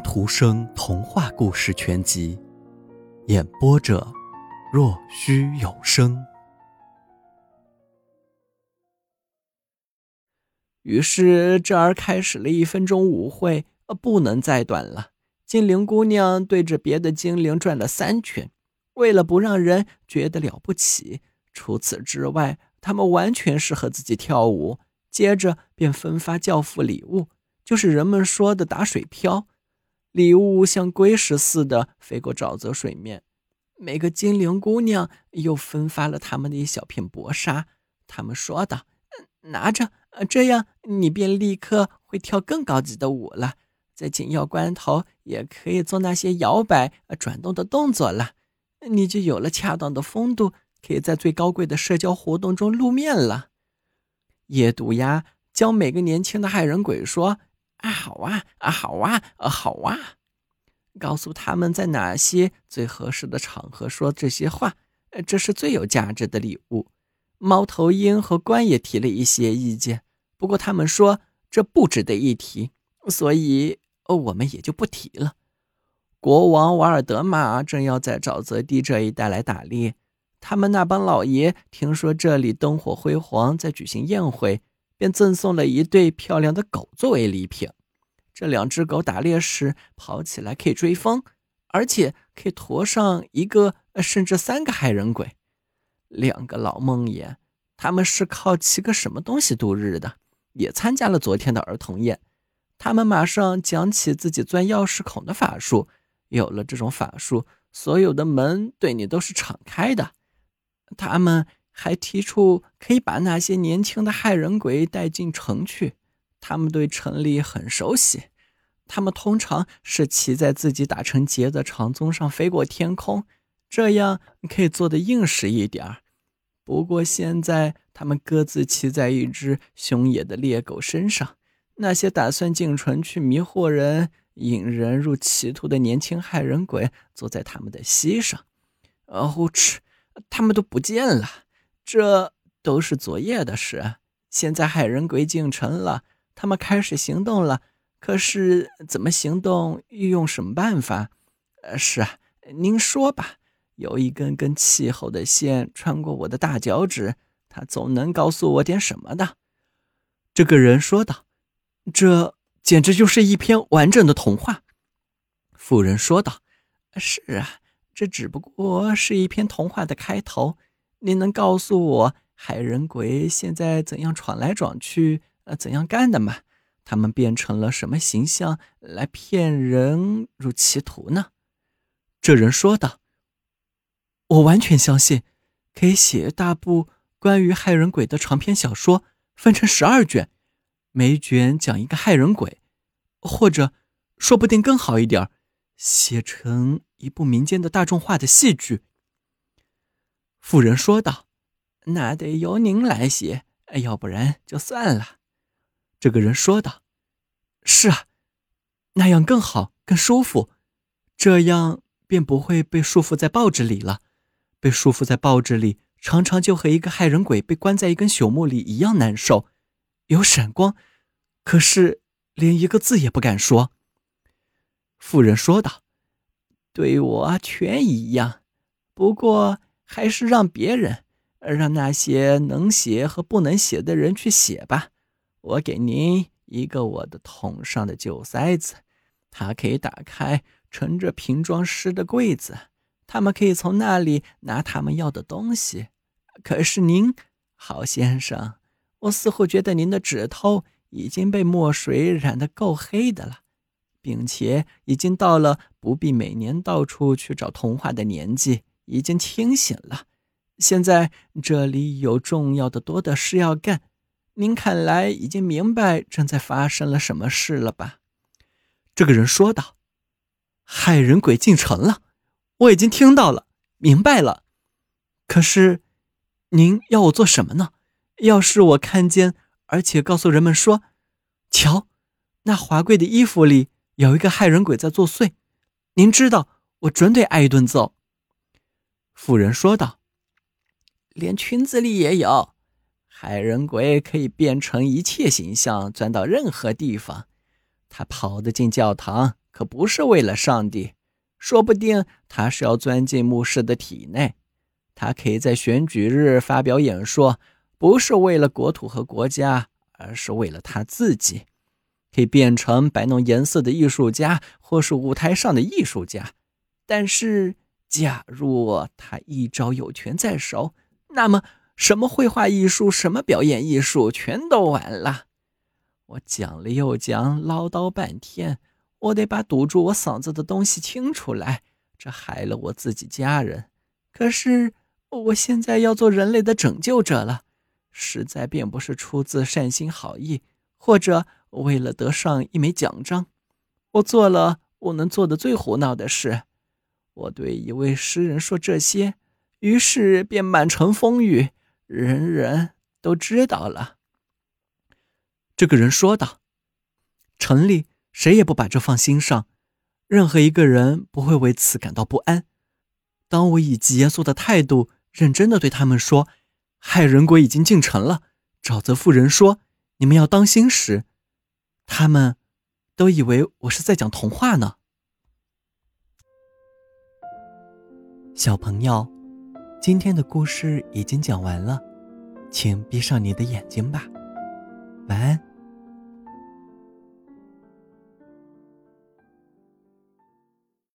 图生童话故事全集，演播者若虚有声。 于是这儿开始了1分钟舞会，不能再短了。精灵姑娘对着别的精灵转了3圈，为了不让人觉得了不起，除此之外，他们完全是和自己跳舞。接着便分发教父礼物，就是人们说的打水漂。礼物像龟石似的飞过沼泽水面，每个精灵姑娘又分发了他们的一小片薄纱。他们说道：拿着，这样你便立刻会跳更高级的舞了，在紧要关头也可以做那些摇摆转动的动作了，你就有了恰当的风度，可以在最高贵的社交活动中露面了。夜毒鸦教每个年轻的害人鬼说：好啊，好啊，好啊，告诉他们在哪些最合适的场合说这些话，这是最有价值的礼物。猫头鹰和獾也提了一些意见，不过他们说这不值得一提，所以我们也就不提了。国王瓦尔德玛正要在沼泽地这一带来打猎，他们那帮老爷听说这里灯火辉煌，在举行宴会，便赠送了1对漂亮的狗作为礼品。这2只狗打猎时跑起来可以追风，而且可以驮上1个甚至3个害人鬼。2个老梦魇，他们是靠7个什么东西度日的，也参加了昨天的儿童宴。他们马上讲起自己钻钥匙孔的法术，有了这种法术，所有的门对你都是敞开的。他们还提出可以把那些年轻的害人鬼带进城去，他们对城里很熟悉。他们通常是骑在自己打成结的长鬃上飞过天空，这样可以做得硬实一点。不过现在他们各自骑在一只凶野的猎狗身上，那些打算进城去迷惑人、引人入歧途的年轻害人鬼坐在他们的膝上。呼哧，他们都不见了，这都是昨夜的事。现在害人鬼进城了，他们开始行动了，可是怎么行动，用什么办法？是啊，您说吧。有一根根气候的线穿过我的大脚趾，它总能告诉我点什么的。 这个人说道：这简直就是一篇完整的童话。 妇人说道：是啊，这只不过是一篇童话的开头。您能告诉我害人鬼现在怎样闯来闯去，怎样干的吗？他们变成了什么形象来骗人入歧途呢？ 这人说道：我完全相信，可以写大部关于害人鬼的长篇小说，分成12卷，每卷讲一个害人鬼，或者说不定更好一点，写成一部民间的大众化的戏剧。 妇人说道：那得由您来写，要不然就算了。 这个人说道：是啊，那样更好，更舒服，这样便不会被束缚在报纸里了。被束缚在报纸里，常常就和一个害人鬼被关在一根朽木里一样难受，有闪光，可是连一个字也不敢说。 妇人说道：对我全一样，不过还是让别人，让那些能写和不能写的人去写吧。我给您一个我的桶上的旧塞子，它可以打开盛着瓶装诗的柜子，他们可以从那里拿他们要的东西。可是您，好先生，我似乎觉得您的指头已经被墨水染得够黑的了，并且已经到了不必每年到处去找童话的年纪，已经清醒了。现在这里有重要的多的事要干，您看来已经明白正在发生了什么事了吧？ 这个人说道：害人鬼进城了，我已经听到了，明白了。可是您要我做什么呢？要是我看见，而且告诉人们说，瞧，那华贵的衣服里有一个害人鬼在作祟，您知道我准得挨一顿揍。 妇人说道：连裙子里也有，害人鬼可以变成一切形象，钻到任何地方。他跑得进教堂， 可不是为了上帝，说不定他是要钻进牧师的体内。他可以在选举日发表演说，不是为了国土和国家，而是为了他自己。可以变成摆弄颜色的艺术家，或是舞台上的艺术家。但是假如他一朝有权在手，那么什么绘画艺术，什么表演艺术，全都完了。我讲了又讲，唠叨半天，我得把堵住我嗓子的东西清出来，这害了我自己家人。可是我现在要做人类的拯救者了，实在并不是出自善心好意，或者为了得上一枚奖章。我做了我能做的最胡闹的事。我对一位诗人说这些，于是便满城风雨，人人都知道了。 这个人说道，城里谁也不把这放心上，任何一个人不会为此感到不安。当我以极严肃的态度认真地对他们说，害人鬼已经进城了，沼泽妇人说，你们要当心时，他们都以为我是在讲童话呢。小朋友，今天的故事已经讲完了，请闭上你的眼睛吧，晚安。